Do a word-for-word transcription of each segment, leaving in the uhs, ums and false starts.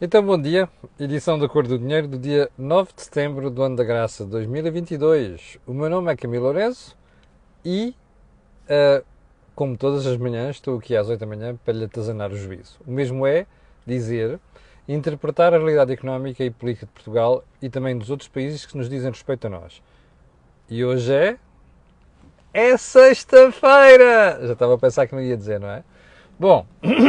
Então, bom dia. Edição da Cor do Dinheiro do dia nove de setembro do ano da graça de dois mil e vinte e dois. O meu nome é Camilo Lourenço e, uh, como todas as manhãs, estou aqui às oito da manhã para lhe atazanar o juízo. O mesmo é dizer, interpretar a realidade económica e política de Portugal e também dos outros países que nos dizem respeito a nós. E hoje é... É sexta-feira! Já estava a pensar que não ia dizer, não é? Bom,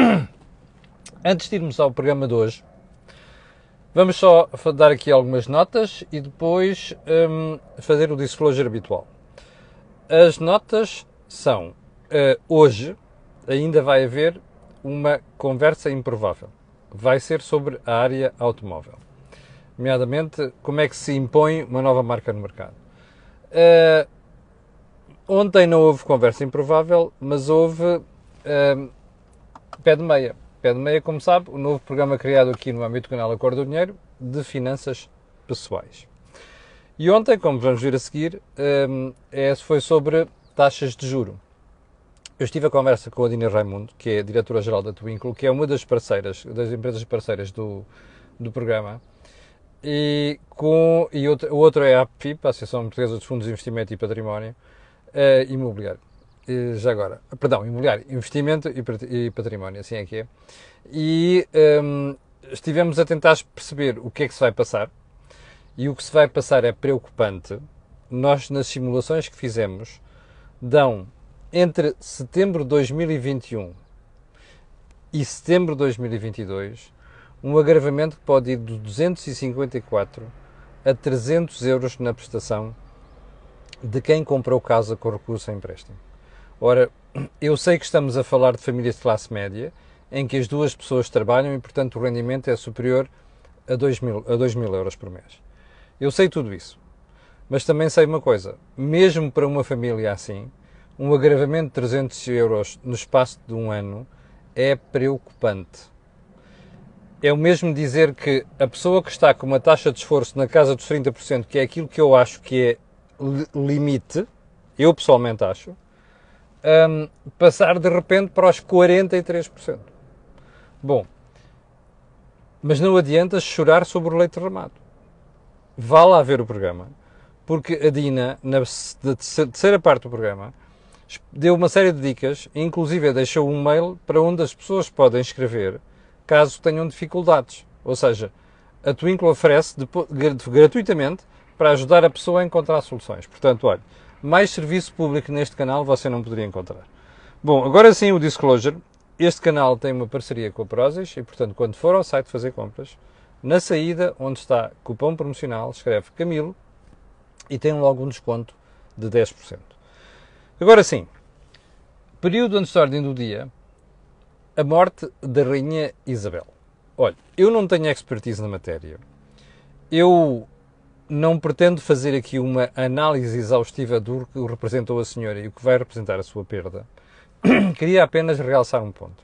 antes de irmos ao programa de hoje, vamos só dar aqui algumas notas e depois um, fazer o disclosure habitual. As notas são, uh, hoje ainda vai haver uma conversa improvável. Vai ser sobre a área automóvel. Nomeadamente, como é que se impõe uma nova marca no mercado. Uh, ontem não houve conversa improvável, mas houve uh, pé de meia. Pé de meia, como sabe, o novo programa criado aqui no âmbito do canal A Cor do Dinheiro de finanças pessoais. E ontem, como vamos ver a seguir, um, é, foi sobre taxas de juro. Eu estive a conversa com a Dina Raimundo, que é a diretora-geral da Twinkle, que é uma das parceiras, das empresas parceiras do, do programa, e, com, e outro, o outro é a A P F I P, a Associação Portuguesa dos Fundos de Investimento e Património uh, Imobiliário. Já agora, perdão, imobiliário, investimento e património, assim é que é. E um, estivemos a tentar perceber o que é que se vai passar, e o que se vai passar é preocupante. Nós, nas simulações que fizemos, dão entre setembro de dois mil e vinte e um e setembro de dois mil e vinte e dois um agravamento que pode ir de duzentos e cinquenta e quatro a trezentos euros na prestação de quem comprou casa com recurso a empréstimo. Ora, eu sei que estamos a falar de famílias de classe média, em que as duas pessoas trabalham e, portanto, o rendimento é superior a dois mil, a dois mil euros por mês. Eu sei tudo isso. Mas também sei uma coisa, mesmo para uma família assim, um agravamento de trezentos euros no espaço de um ano é preocupante. É o mesmo dizer que a pessoa que está com uma taxa de esforço na casa dos trinta por cento, que é aquilo que eu acho que é limite, eu pessoalmente acho, Um, passar de repente para os quarenta e três por cento. Bom, mas não adianta chorar sobre o leite derramado. Vá lá ver o programa, porque a Dina, na terceira parte do programa, deu uma série de dicas, inclusive deixou um mail para onde as pessoas podem escrever caso tenham dificuldades. Ou seja, a Twinkle oferece gratuitamente para ajudar a pessoa a encontrar soluções. Portanto, olha, mais serviço público neste canal você não poderia encontrar. Bom, agora sim o disclosure. Este canal tem uma parceria com a Prozis e, portanto, quando for ao site fazer compras, na saída, onde está cupom promocional, escreve Camilo e tem logo um desconto de dez por cento. Agora sim, período antes da ordem do dia, a morte da Rainha Isabel. Olha, eu não tenho expertise na matéria. Eu não pretendo fazer aqui uma análise exaustiva do que representou a senhora e o que vai representar a sua perda. Queria apenas realçar um ponto.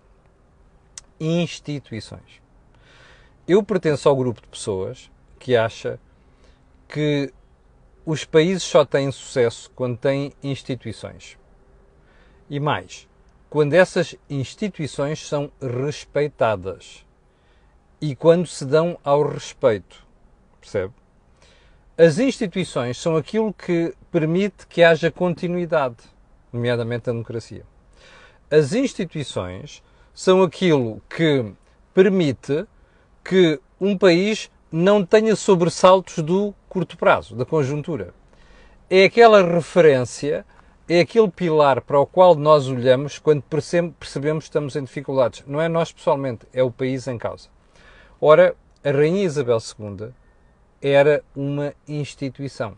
Instituições. Eu pertenço ao grupo de pessoas que acha que os países só têm sucesso quando têm instituições. E mais, quando essas instituições são respeitadas. E quando se dão ao respeito. Percebe? As instituições são aquilo que permite que haja continuidade, nomeadamente a democracia. As instituições são aquilo que permite que um país não tenha sobressaltos do curto prazo, da conjuntura. É aquela referência, é aquele pilar para o qual nós olhamos quando percebemos que estamos em dificuldades. Não é nós pessoalmente, é o país em causa. Ora, a Rainha Isabel segunda era uma instituição.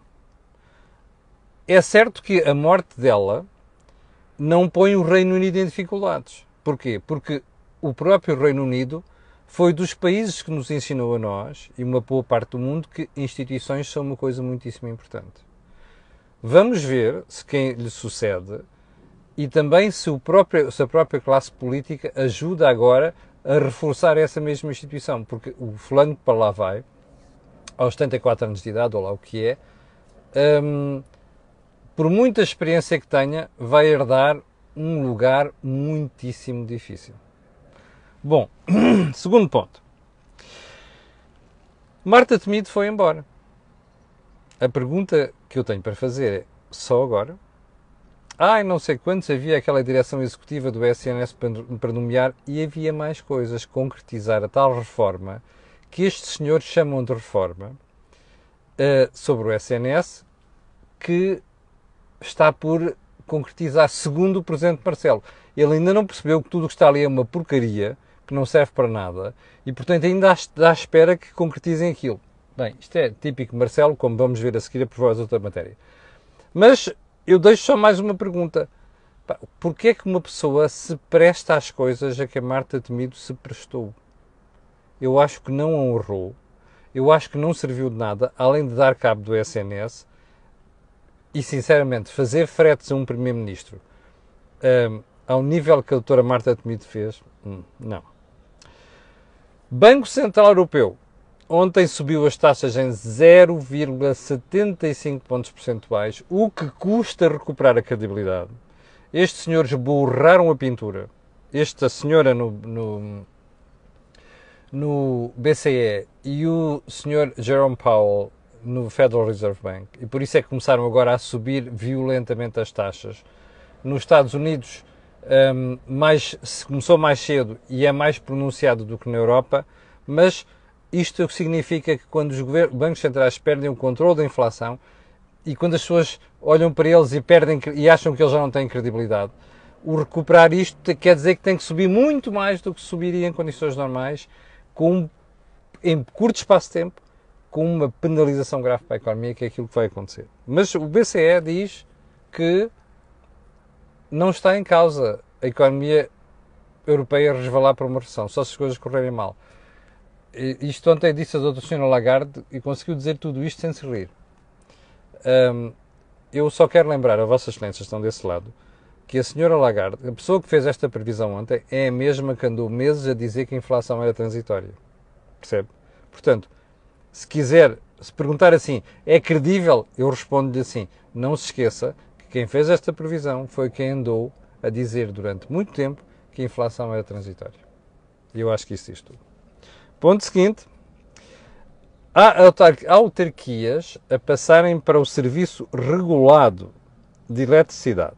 É certo que a morte dela não põe o Reino Unido em dificuldades. Porquê? Porque o próprio Reino Unido foi dos países que nos ensinou a nós, e uma boa parte do mundo, que instituições são uma coisa muitíssimo importante. Vamos ver se quem lhe sucede e também se, o próprio, se a própria classe política ajuda agora a reforçar essa mesma instituição, porque o fulano que para lá vai, aos setenta e quatro anos de idade, ou lá o que é, um, por muita experiência que tenha, vai herdar um lugar muitíssimo difícil. Bom, segundo ponto. Marta Temido foi embora. A pergunta que eu tenho para fazer é, só agora? Ai, não sei quantos havia aquela direção executiva do S N S para nomear e havia mais coisas, concretizar a tal reforma que estes senhores chamam de reforma uh, sobre o S N S que está por concretizar, segundo o Presidente Marcelo. Ele ainda não percebeu que tudo o que está ali é uma porcaria, que não serve para nada, e portanto ainda está à espera que concretizem aquilo. Bem, isto é típico Marcelo, como vamos ver a seguir a propósito de outra matéria. Mas eu deixo só mais uma pergunta. Porquê é que uma pessoa se presta às coisas a que a Marta Temido se prestou? Eu acho que não a honrou, eu acho que não serviu de nada, além de dar cabo do S N S, e sinceramente, fazer fretes a um Primeiro-Ministro um, ao nível que a doutora Marta Temido fez, hum, não. Banco Central Europeu. Ontem subiu as taxas em zero vírgula setenta e cinco pontos percentuais, o que custa recuperar a credibilidade. Estes senhores borraram a pintura. Esta senhora no, no, no B C E e o senhor Jerome Powell no Federal Reserve Bank. E por isso é que começaram agora a subir violentamente as taxas. Nos Estados Unidos um, mais, começou mais cedo e é mais pronunciado do que na Europa, mas isto significa que quando os bancos centrais perdem o controle da inflação e quando as pessoas olham para eles e, perdem, e acham que eles já não têm credibilidade, o recuperar isto quer dizer que tem que subir muito mais do que subiria em condições normais, com, em curto espaço de tempo, com uma penalização grave para a economia, que é aquilo que vai acontecer. Mas o B C E diz que não está em causa a economia europeia resvalar para uma recessão, só se as coisas correrem mal. Isto ontem disse a doutora senhora Lagarde e conseguiu dizer tudo isto sem se rir. Um, eu só quero lembrar a Vossas Excelências, estão desse lado, que a senhora Lagarde, a pessoa que fez esta previsão ontem, é a mesma que andou meses a dizer que a inflação era transitória. Percebe? Portanto, se quiser, se perguntar assim, é credível? Eu respondo-lhe assim, não se esqueça que quem fez esta previsão foi quem andou a dizer durante muito tempo que a inflação era transitória. E eu acho que isso diz tudo. Ponto seguinte, há autarquias a passarem para o serviço regulado de eletricidade.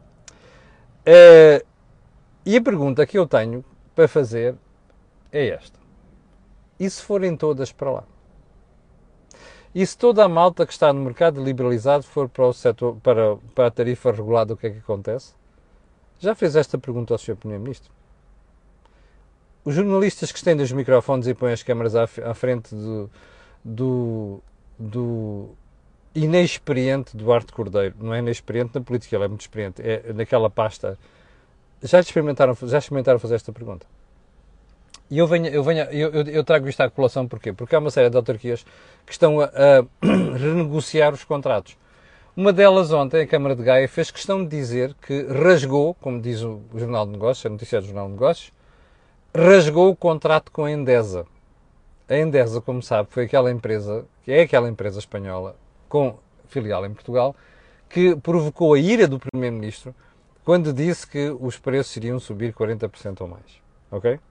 Uh, e a pergunta que eu tenho para fazer é esta. E se forem todas para lá? E se toda a malta que está no mercado liberalizado for para, o setor, para, para a tarifa regulada, o que é que acontece? Já fez esta pergunta ao senhor Primeiro-Ministro? Os jornalistas que estendem os microfones e põem as câmaras à, à frente do, do, do inexperiente Duarte Cordeiro, não é inexperiente na política, ele é muito experiente, é naquela pasta, já experimentaram, já experimentaram fazer esta pergunta? E eu, venho, eu, venho, eu, eu trago isto à colação porquê? Porque há uma série de autarquias que estão a, a renegociar os contratos. Uma delas ontem, a Câmara de Gaia, fez questão de dizer que rasgou, como diz o Jornal de Negócios, a notícia do Jornal de Negócios, rasgou o contrato com a Endesa. A Endesa, como sabe, foi aquela empresa, que é aquela empresa espanhola, com filial em Portugal, que provocou a ira do Primeiro-Ministro quando disse que os preços iriam subir quarenta por cento ou mais. Ok?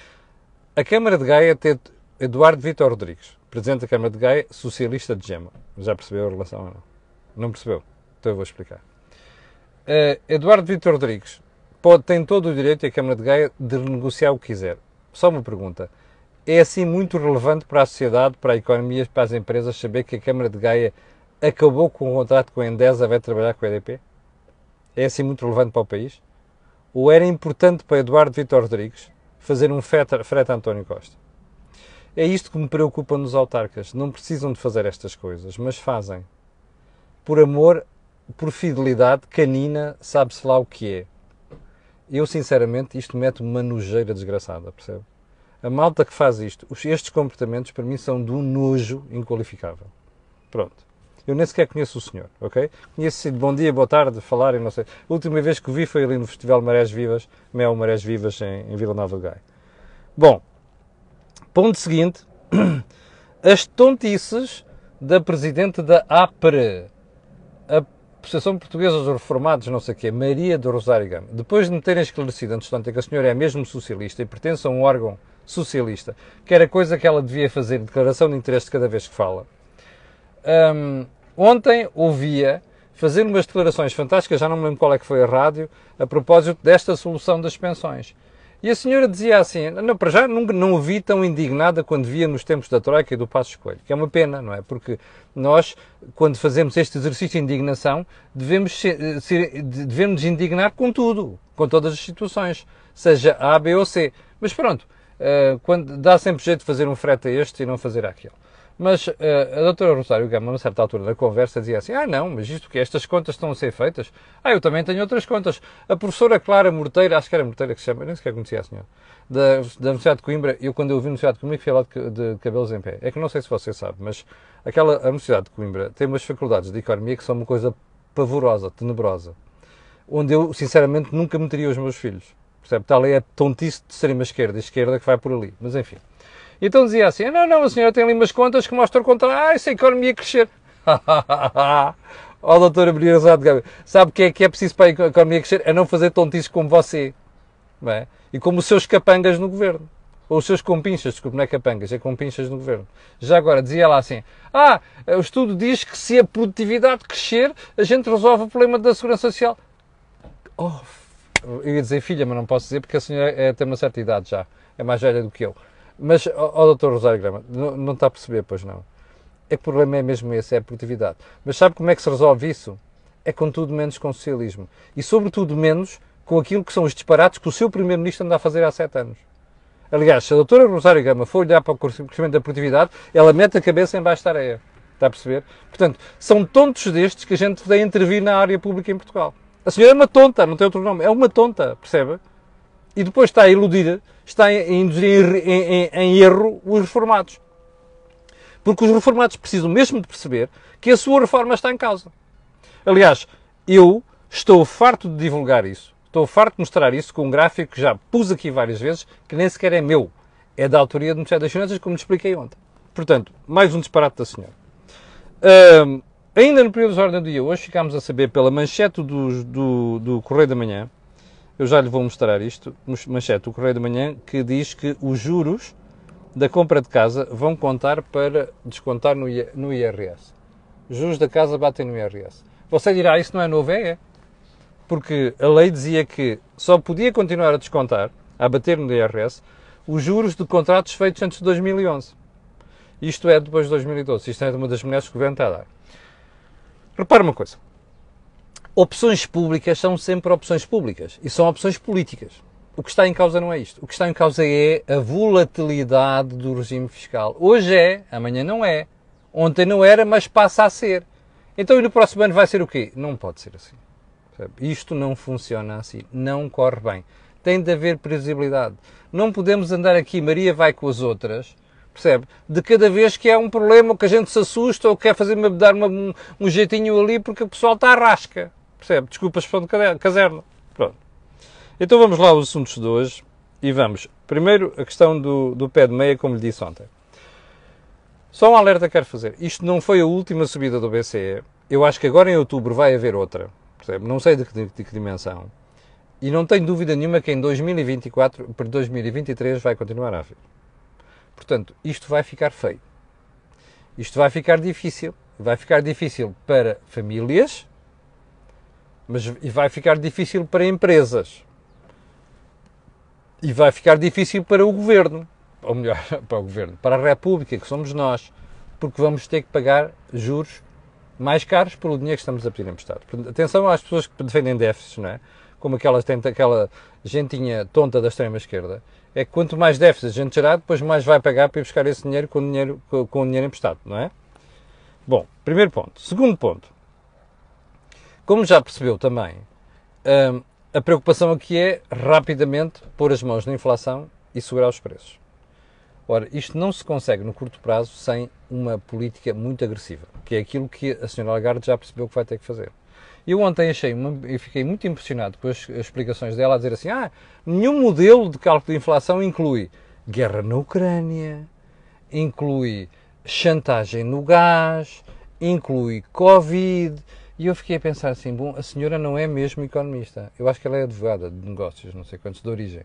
A Câmara de Gaia teve Eduardo Vítor Rodrigues, Presidente da Câmara de Gaia, socialista de Gema. Já percebeu a relação ou não? Não percebeu? Então eu vou explicar. Uh, Eduardo Vítor Rodrigues pode, tem todo o direito, a Câmara de Gaia, de renegociar o que quiser. Só uma pergunta. É assim muito relevante para a sociedade, para a economia, para as empresas, saber que a Câmara de Gaia acabou com o contrato com a Endesa, vai trabalhar com a E D P? É assim muito relevante para o país? Ou era importante para Eduardo Vítor Rodrigues fazer um frete a António Costa? É isto que me preocupa nos autarcas. Não precisam de fazer estas coisas, mas fazem. Por amor, por fidelidade canina, sabe-se lá o que é. Eu, sinceramente, isto mete-me uma nojeira desgraçada, percebe? A malta que faz isto, estes comportamentos, para mim, são de um nojo inqualificável. Pronto. Eu nem sequer conheço o senhor, ok? Conheço de bom dia, boa tarde, falar e não sei. A última vez que o vi foi ali no Festival Marés Vivas, Mel Marés Vivas, em, em Vila Nova de Gaia. Bom, ponto seguinte, as tontices da Presidente da A P R E, a Associação Portuguesa dos Reformados, não sei o quê, Maria do Rosário Gama. Depois de me terem esclarecido, antes de ontem, que a senhora é mesmo socialista e pertence a um órgão socialista, que era coisa que ela devia fazer, declaração de interesse de cada vez que fala. Um, ontem ouvia fazer umas declarações fantásticas, já não me lembro qual é que foi a rádio, a propósito desta solução das pensões. E a senhora dizia assim, não, para já nunca não a vi tão indignada quando via nos tempos da Troika e do Passos Coelho, que é uma pena, não é? Porque nós, quando fazemos este exercício de indignação, devemos, ser, ser, devemos nos indignar com tudo, com todas as situações, seja A, B ou C. Mas pronto, uh, quando, dá sempre jeito de fazer um frete a este e não fazer aquele. Mas uh, a doutora Rosário Gama, a uma certa altura da conversa, dizia assim, ah não, mas isto que estas contas estão a ser feitas? Ah, eu também tenho outras contas. A professora Clara Morteira, acho que era Morteira que se chama, eu nem sequer conhecia a senhora, da, da Universidade de Coimbra, eu quando eu vi a Universidade de Coimbra fui lá de, de cabelos em pé. É que não sei se você sabe, mas aquela a Universidade de Coimbra tem umas faculdades de economia que são uma coisa pavorosa, tenebrosa, onde eu, sinceramente, nunca meteria os meus filhos. Percebe? Tal é a tontice de extrema esquerda, esquerda que vai por ali. Mas enfim. Então dizia assim, não, não, a senhora tem ali umas contas que mostram contra, ah, essa economia crescer. Ó, oh, doutora Maria Rosado Gama, sabe o que é que é preciso para a economia crescer? É não fazer tontices como você, não é? E como os seus capangas no governo. Ou os seus compinchas, desculpe, não é capangas, é compinchas no governo. Já agora, dizia lá assim, ah, o estudo diz que se a produtividade crescer, a gente resolve o problema da segurança social. Oh, eu ia dizer filha, mas não posso dizer porque a senhora é, tem uma certa idade já, é mais velha do que eu. Mas, ó oh, doutor Rosário Gama, não, não está a perceber, pois não. É que o problema é mesmo esse, é a produtividade. Mas sabe como é que se resolve isso? É com tudo menos com socialismo. E sobretudo menos com aquilo que são os disparates que o seu primeiro-ministro anda a fazer há sete anos. Aliás, se a doutora Rosário Gama for olhar para o crescimento da produtividade, ela mete a cabeça embaixo da areia. Está a perceber? Portanto, são tontos destes que a gente vai intervir na área pública em Portugal. A senhora é uma tonta, não tem outro nome. É uma tonta, percebe? E depois está a iludir, está a induzir em, em, em erro os reformados. Porque os reformados precisam mesmo de perceber que a sua reforma está em causa. Aliás, eu estou farto de divulgar isso, estou farto de mostrar isso com um gráfico que já pus aqui várias vezes, que nem sequer é meu, é da autoria do Ministério das Finanças, como expliquei ontem. Portanto, mais um disparate da senhora. Um, ainda no período de ordem do dia, hoje ficámos a saber pela manchete do, do, do Correio da Manhã, eu já lhe vou mostrar isto, manchete do Correio da Manhã, que diz que os juros da compra de casa vão contar para descontar no, no I R S. Os juros da casa batem no I R S. Você dirá, isso não é novo? É, é. Porque a lei dizia que só podia continuar a descontar, a bater no I R S, os juros de contratos feitos antes de dois mil e onze. Isto é depois de dois mil e doze. Isto é uma das mulheres que o governo está a dar. Repare uma coisa. Opções públicas são sempre opções públicas e são opções políticas. O que está em causa não é isto. O que está em causa é a volatilidade do regime fiscal. Hoje é, amanhã não é. Ontem não era, mas passa a ser. Então e no próximo ano vai ser o quê? Não pode ser assim. Isto não funciona assim. Não corre bem. Tem de haver previsibilidade. Não podemos andar aqui, Maria vai com as outras, percebe? De cada vez que há um problema, que a gente se assusta ou quer fazer dar uma, um, um jeitinho ali porque o pessoal está à rasca. Percebe? Desculpa a expressão de caserno. Pronto. Então vamos lá aos assuntos de hoje e vamos. Primeiro, a questão do, do pé de meia, como lhe disse ontem. Só um alerta que quero fazer. Isto não foi a última subida do B C E. Eu acho que agora em outubro vai haver outra. Percebe? Não sei de que, de que dimensão. E não tenho dúvida nenhuma que em dois mil e vinte e quatro, para dois mil e vinte e três vai continuar a haver. Portanto, isto vai ficar feio. Isto vai ficar difícil. Vai ficar difícil para famílias, mas e vai ficar difícil para empresas. E vai ficar difícil para o governo. Ou melhor, para o governo, para a República, que somos nós. Porque vamos ter que pagar juros mais caros pelo dinheiro que estamos a pedir emprestado. Portanto, atenção às pessoas que defendem déficits, não é? Como aquelas, tem aquela gentinha tonta da extrema-esquerda. É que quanto mais déficit a gente gerar, depois mais vai pagar para ir buscar esse dinheiro com o dinheiro, com, com o dinheiro emprestado, não é? Bom, primeiro ponto. Segundo ponto. Como já percebeu também, hum, a preocupação aqui é rapidamente pôr as mãos na inflação e segurar os preços. Ora, isto não se consegue no curto prazo sem uma política muito agressiva, que é aquilo que a senhora Lagarde já percebeu que vai ter que fazer. Eu ontem achei, uma, eu fiquei muito impressionado com as, as explicações dela a dizer assim, ah, nenhum modelo de cálculo de inflação inclui guerra na Ucrânia, inclui chantagem no gás, inclui Covid, e eu fiquei a pensar assim, bom, a senhora não é mesmo economista, eu acho que ela é advogada de negócios, não sei quantos, de origem,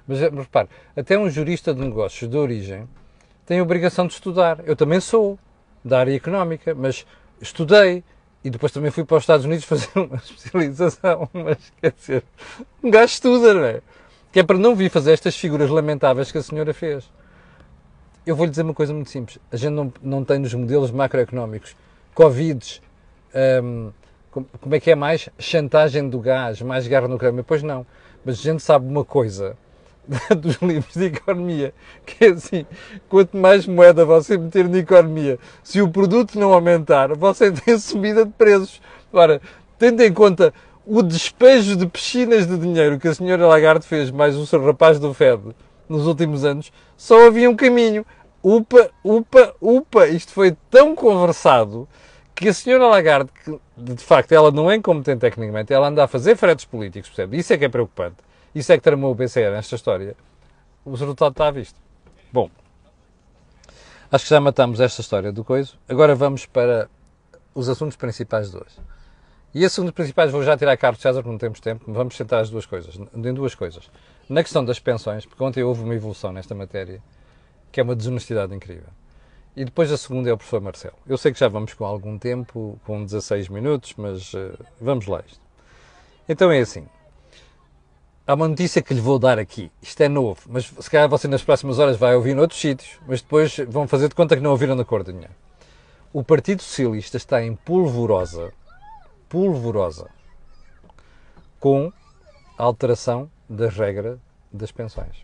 Mas, mas repare, até um jurista de negócios de origem tem a obrigação de estudar. Eu também sou da área económica, mas estudei e depois também fui para os Estados Unidos fazer uma especialização. Mas quer dizer, um gajo estuda, não é? Que é para não vir fazer estas figuras lamentáveis que a senhora fez. Eu vou-lhe dizer uma coisa muito simples. A gente não, não tem nos modelos macroeconómicos Covid, hum, como é que é mais? Chantagem do gás, mais guerra no Ucrânia. Pois não. Mas a gente sabe uma coisa dos livros de economia, que é assim, quanto mais moeda você meter na economia, se o produto não aumentar, você tem subida de preços. Ora, tendo em conta o despejo de piscinas de dinheiro que a senhora Lagarde fez, mais o seu rapaz do Fed, nos últimos anos, só havia um caminho. Upa, upa, upa. Isto foi tão conversado que a senhora Lagarde, que de facto ela não é incompetente tecnicamente, ela anda a fazer fretes políticos, percebe? Isso é que é preocupante. Isso é que tramou o P C E nesta história. O resultado está à vista. Bom, acho que já matamos esta história do coiso. Agora vamos para os assuntos principais de hoje. E assuntos principais, vou já tirar a Carlos César, porque não temos tempo. Vamos sentar as duas coisas, em duas coisas. Na questão das pensões, porque ontem houve uma evolução nesta matéria, que é uma desonestidade incrível. E depois a segunda é o professor Marcelo. Eu sei que já vamos com algum tempo, com dezasseis minutos, mas uh, vamos lá isto. Então é assim. Há uma notícia que lhe vou dar aqui. Isto é novo, mas se calhar você nas próximas horas vai ouvir noutros sítios, mas depois vão fazer de conta que não ouviram na cor do dinheiro. O Partido Socialista está em polvorosa, polvorosa, com a alteração da regra das pensões.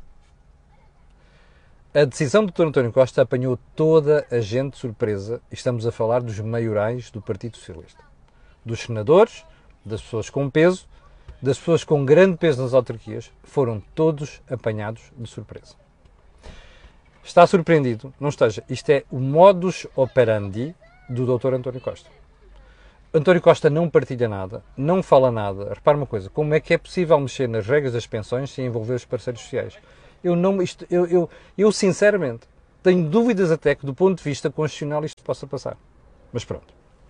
A decisão do doutor António Costa apanhou toda a gente de surpresa, e estamos a falar dos maiorais do Partido Socialista. Dos senadores, das pessoas com peso, das pessoas com grande peso nas autarquias, foram todos apanhados de surpresa. Está surpreendido? Não esteja. Isto é o modus operandi do doutor António Costa. António Costa não partilha nada, não fala nada. Repare uma coisa, como é que é possível mexer nas regras das pensões sem envolver os parceiros sociais? Eu, não, isto, eu, eu, eu sinceramente, tenho dúvidas até que do ponto de vista constitucional isto possa passar. Mas pronto.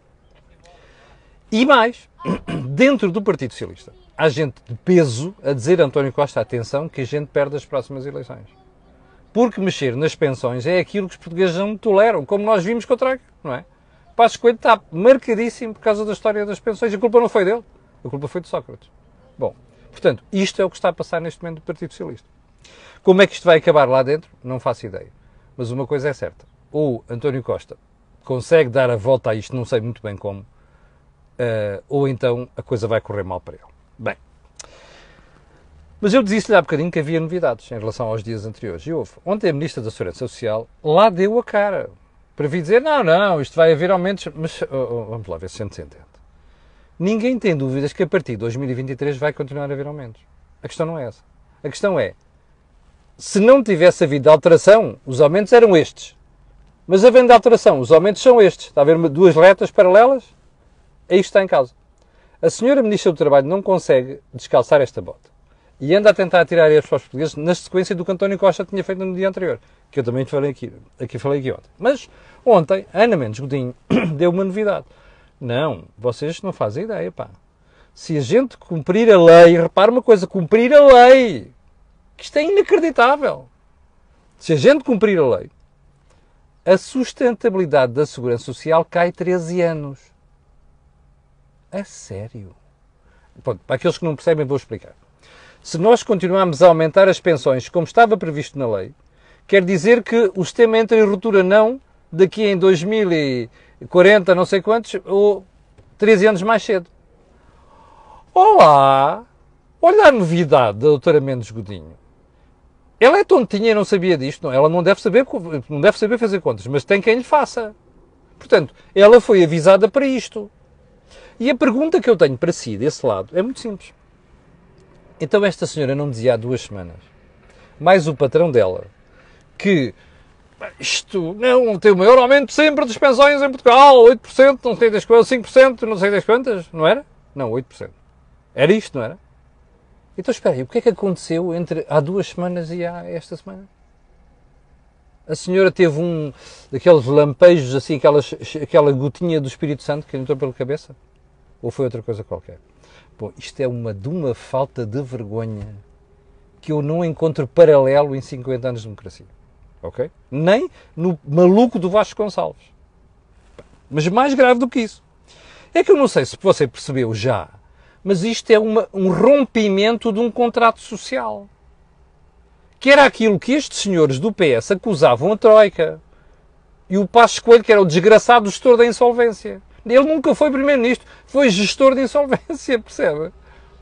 E mais, dentro do Partido Socialista, há gente de peso a dizer a António Costa, atenção, que a gente perde as próximas eleições. Porque mexer nas pensões é aquilo que os portugueses não toleram, como nós vimos com o Troika, não é? Passos Coelho está marcadíssimo por causa da história das pensões. A culpa não foi dele, a culpa foi de Sócrates. Bom, portanto, isto é o que está a passar neste momento do Partido Socialista. Como é que isto vai acabar lá dentro? Não faço ideia. Mas uma coisa é certa. Ou António Costa consegue dar a volta a isto, não sei muito bem como, uh, ou então a coisa vai correr mal para ele. Bem, mas eu disse-lhe há bocadinho que havia novidades em relação aos dias anteriores. E houve. Ontem a Ministra da Segurança Social lá deu a cara para vir dizer, não, não, isto vai haver aumentos, mas oh, oh, vamos lá ver se a gente se entende. Ninguém tem dúvidas que a partir de dois mil e vinte e três vai continuar a haver aumentos. A questão não é essa. A questão é, se não tivesse havido alteração, os aumentos eram estes. Mas havendo alteração, os aumentos são estes. Está a haver duas retas paralelas? É isto que está em causa. A senhora Ministra do Trabalho não consegue descalçar esta bota. E anda a tentar tirar erros para os portugueses na sequência do que António Costa tinha feito no dia anterior. Que eu também falei aqui, aqui falei aqui ontem. Mas ontem, Ana Mendes Godinho deu uma novidade. Não, vocês não fazem ideia, pá. Se a gente cumprir a lei, repara uma coisa, cumprir a lei, que isto é inacreditável. Se a gente cumprir a lei, a sustentabilidade da Segurança Social cai treze anos. A sério? Bom, para aqueles que não percebem, vou explicar. Se nós continuarmos a aumentar as pensões como estava previsto na lei, quer dizer que o sistema entra em ruptura não daqui em dois mil e quarenta, não sei quantos, ou treze anos mais cedo. Olá! Olha a novidade da doutora Mendes Godinho. Ela é tontinha e não sabia disto. Não, ela não deve saber, não deve saber fazer contas, mas tem quem lhe faça. Portanto, ela foi avisada para isto. E a pergunta que eu tenho para si, desse lado, é muito simples. Então esta senhora não dizia há duas semanas, mais o patrão dela, que isto não tem o maior aumento sempre das pensões em Portugal, oito por cento, não sei das quantas, cinco por cento, não sei das quantas, não era? Não, oito por cento. Era isto, não era? Então espera aí, o que é que aconteceu entre há duas semanas e há esta semana? A senhora teve um daqueles lampejos, assim, aquelas, aquela gotinha do Espírito Santo que lhe entrou pela cabeça? Ou foi outra coisa qualquer? Bom, isto é uma de uma falta de vergonha que eu não encontro paralelo em cinquenta anos de democracia. Ok? Nem no maluco do Vasco Gonçalves. Mas mais grave do que isso. É que eu não sei se você percebeu já, mas isto é uma, um rompimento de um contrato social. Que era aquilo que estes senhores do P S acusavam a Troika. E o Passos Coelho, que era o desgraçado gestor da insolvência. Ele nunca foi primeiro-ministro, foi gestor de insolvência, percebe?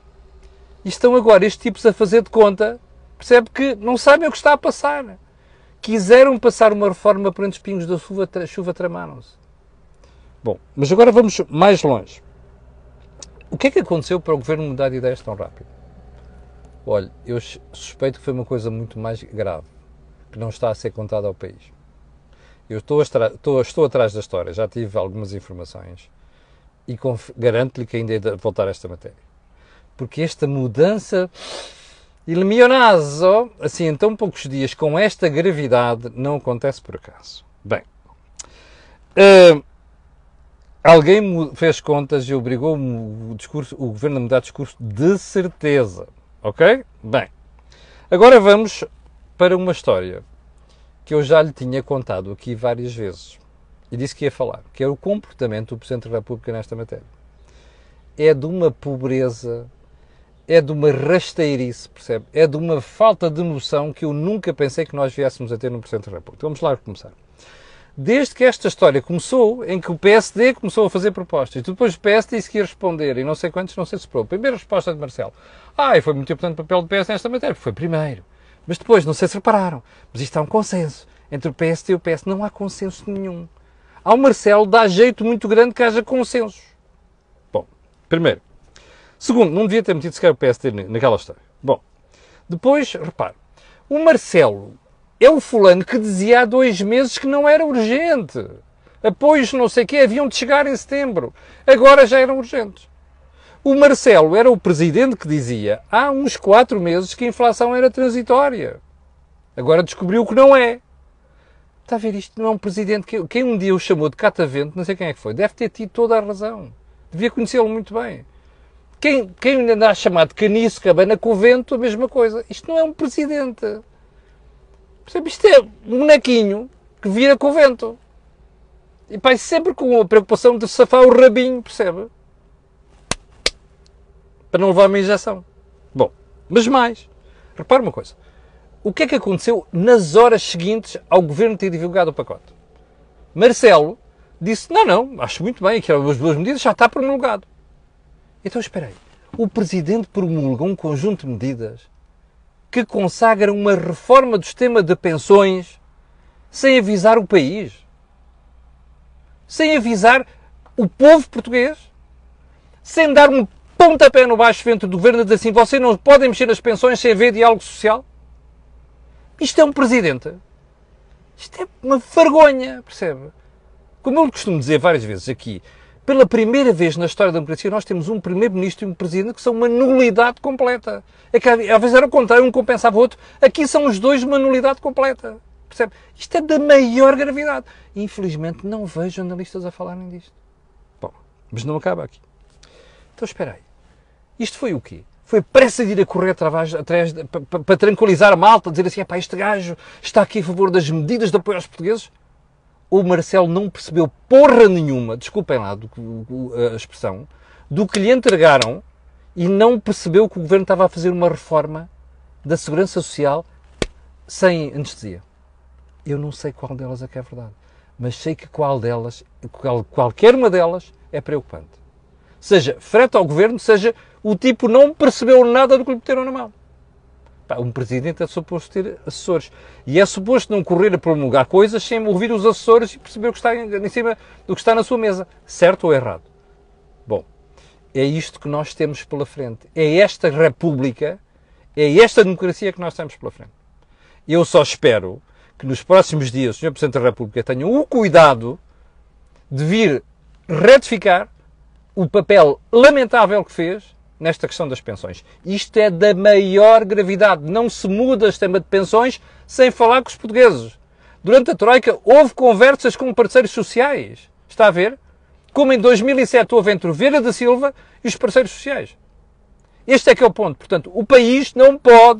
E estão agora estes tipos a fazer de conta, percebe que não sabem o que está a passar. Quiseram passar uma reforma por entre os pingos da chuva, chuva tramaram-se. Bom, mas agora vamos mais longe. O que é que aconteceu para o governo mudar de ideias tão rápido? Olha, eu suspeito que foi uma coisa muito mais grave, que não está a ser contada ao país. Eu estou, estou, estou atrás da história, já tive algumas informações e garanto-lhe que ainda é de voltar a esta matéria. Porque esta mudança il milionazo, assim em tão poucos dias, com esta gravidade, não acontece por acaso. Bem, uh, alguém fez contas e obrigou o, discurso, o governo a mudar de discurso de certeza. Ok? Bem, agora vamos para uma história que eu já lhe tinha contado aqui várias vezes e disse que ia falar, que é o comportamento do Presidente da República nesta matéria. É de uma pobreza, é de uma rasteirice, percebe? É de uma falta de noção que eu nunca pensei que nós viéssemos a ter no Presidente da República. Vamos lá começar. Desde que esta história começou, em que o P S D começou a fazer propostas, e depois o P S disse que ia responder, e não sei quantos, não sei se esperou. Primeira resposta de Marcelo. Ah, e foi muito importante o papel do P S nesta matéria, porque foi primeiro. Mas depois, não sei se repararam, mas isto há um consenso. Entre o P S D e o P S não há consenso nenhum. Ao Marcelo dá jeito muito grande que haja consensos. Bom, primeiro. Segundo, não devia ter metido sequer o P S D naquela história. Bom, depois, repare, o Marcelo é o fulano que dizia há dois meses que não era urgente. Apoios não sei o quê haviam de chegar em setembro. Agora já eram urgentes. O Marcelo era o presidente que dizia há uns quatro meses que a inflação era transitória. Agora descobriu que não é. Está a ver, isto não é um presidente que... Quem um dia o chamou de catavento, não sei quem é que foi, deve ter tido toda a razão. Devia conhecê-lo muito bem. Quem, quem ainda anda a chamar de caniço, cabana com o vento, a mesma coisa. Isto não é um presidente. Percebe? Isto é um bonequinho que vira com o vento. E pá, sempre com a preocupação de safar o rabinho, percebe? Para não levar uma injeção. Bom, mas mais. Repare uma coisa. O que é que aconteceu nas horas seguintes ao governo ter divulgado o pacote? Marcelo disse, não, não, acho muito bem, que eram as duas medidas, já está promulgado. Então, espera aí. O Presidente promulga um conjunto de medidas que consagram uma reforma do sistema de pensões sem avisar o país. Sem avisar o povo português. Sem dar um pontapé no baixo ventre do governo e dizer assim, vocês não podem mexer nas pensões sem haver diálogo social. Isto é um presidente. Isto é uma vergonha, percebe? Como eu costumo dizer várias vezes aqui, pela primeira vez na história da democracia nós temos um primeiro-ministro e um presidente que são uma nulidade completa. É que às vezes era o contrário, um compensava o outro. Aqui são os dois uma nulidade completa. Percebe? Isto é da maior gravidade. E, infelizmente não vejo analistas a falarem disto. Bom, mas não acaba aqui. Então espera aí. Isto foi o quê? Foi pressa de ir a correr atrás, atrás para, para tranquilizar a malta, dizer assim, este gajo está aqui a favor das medidas de apoio aos portugueses? O Marcelo não percebeu porra nenhuma, desculpem lá do, a expressão, do que lhe entregaram e não percebeu que o governo estava a fazer uma reforma da segurança social sem anestesia. Eu não sei qual delas é que é verdade, mas sei que qual delas, qual, qualquer uma delas é preocupante. Seja frete ao governo, seja o tipo não percebeu nada do que lhe meteram na mão. Um presidente é suposto ter assessores. E é suposto não correr a promulgar coisas sem ouvir os assessores e perceber o que está em cima do que está na sua mesa. Certo ou errado? Bom, é isto que nós temos pela frente. É esta república, é esta democracia que nós temos pela frente. Eu só espero que nos próximos dias o senhor Presidente da República tenha o cuidado de vir retificar o papel lamentável que fez nesta questão das pensões. Isto é da maior gravidade. Não se muda o sistema de pensões sem falar com os portugueses. Durante a Troika houve conversas com parceiros sociais. Está a ver? Como em dois mil e sete houve entre o Vieira da Silva e os parceiros sociais. Este é que é o ponto. Portanto, o país não pode,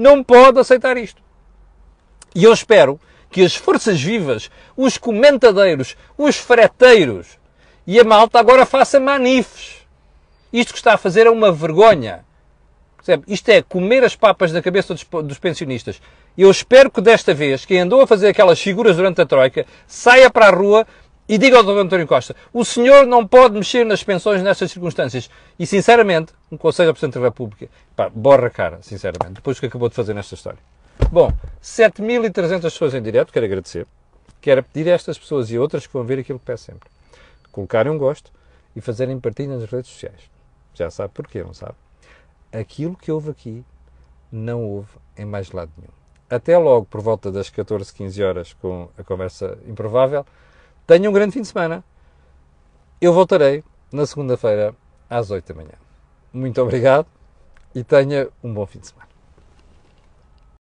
não pode aceitar isto. E eu espero que as forças vivas, os comentadeiros, os freteiros e a malta agora faça manifes. Isto que está a fazer é uma vergonha. Percebe? Isto é comer as papas da cabeça dos, dos pensionistas. Eu espero que desta vez, quem andou a fazer aquelas figuras durante a Troika, saia para a rua e diga ao doutor António Costa: o senhor não pode mexer nas pensões nestas circunstâncias. E, sinceramente, um conselho ao Presidente da República, pá, borra a cara, sinceramente, depois do que acabou de fazer nesta história. Bom, sete mil e trezentas pessoas em direto, quero agradecer. Quero pedir a estas pessoas e a outras que vão ver aquilo que peço sempre. Colocarem um gosto e fazerem partilha nas redes sociais. Já sabe porquê, não sabe? Aquilo que houve aqui não houve em mais lado nenhum. Até logo por volta das catorze, quinze horas com a conversa improvável. Tenham um grande fim de semana. Eu voltarei na segunda-feira às oito da manhã. Muito obrigado e tenha um bom fim de semana.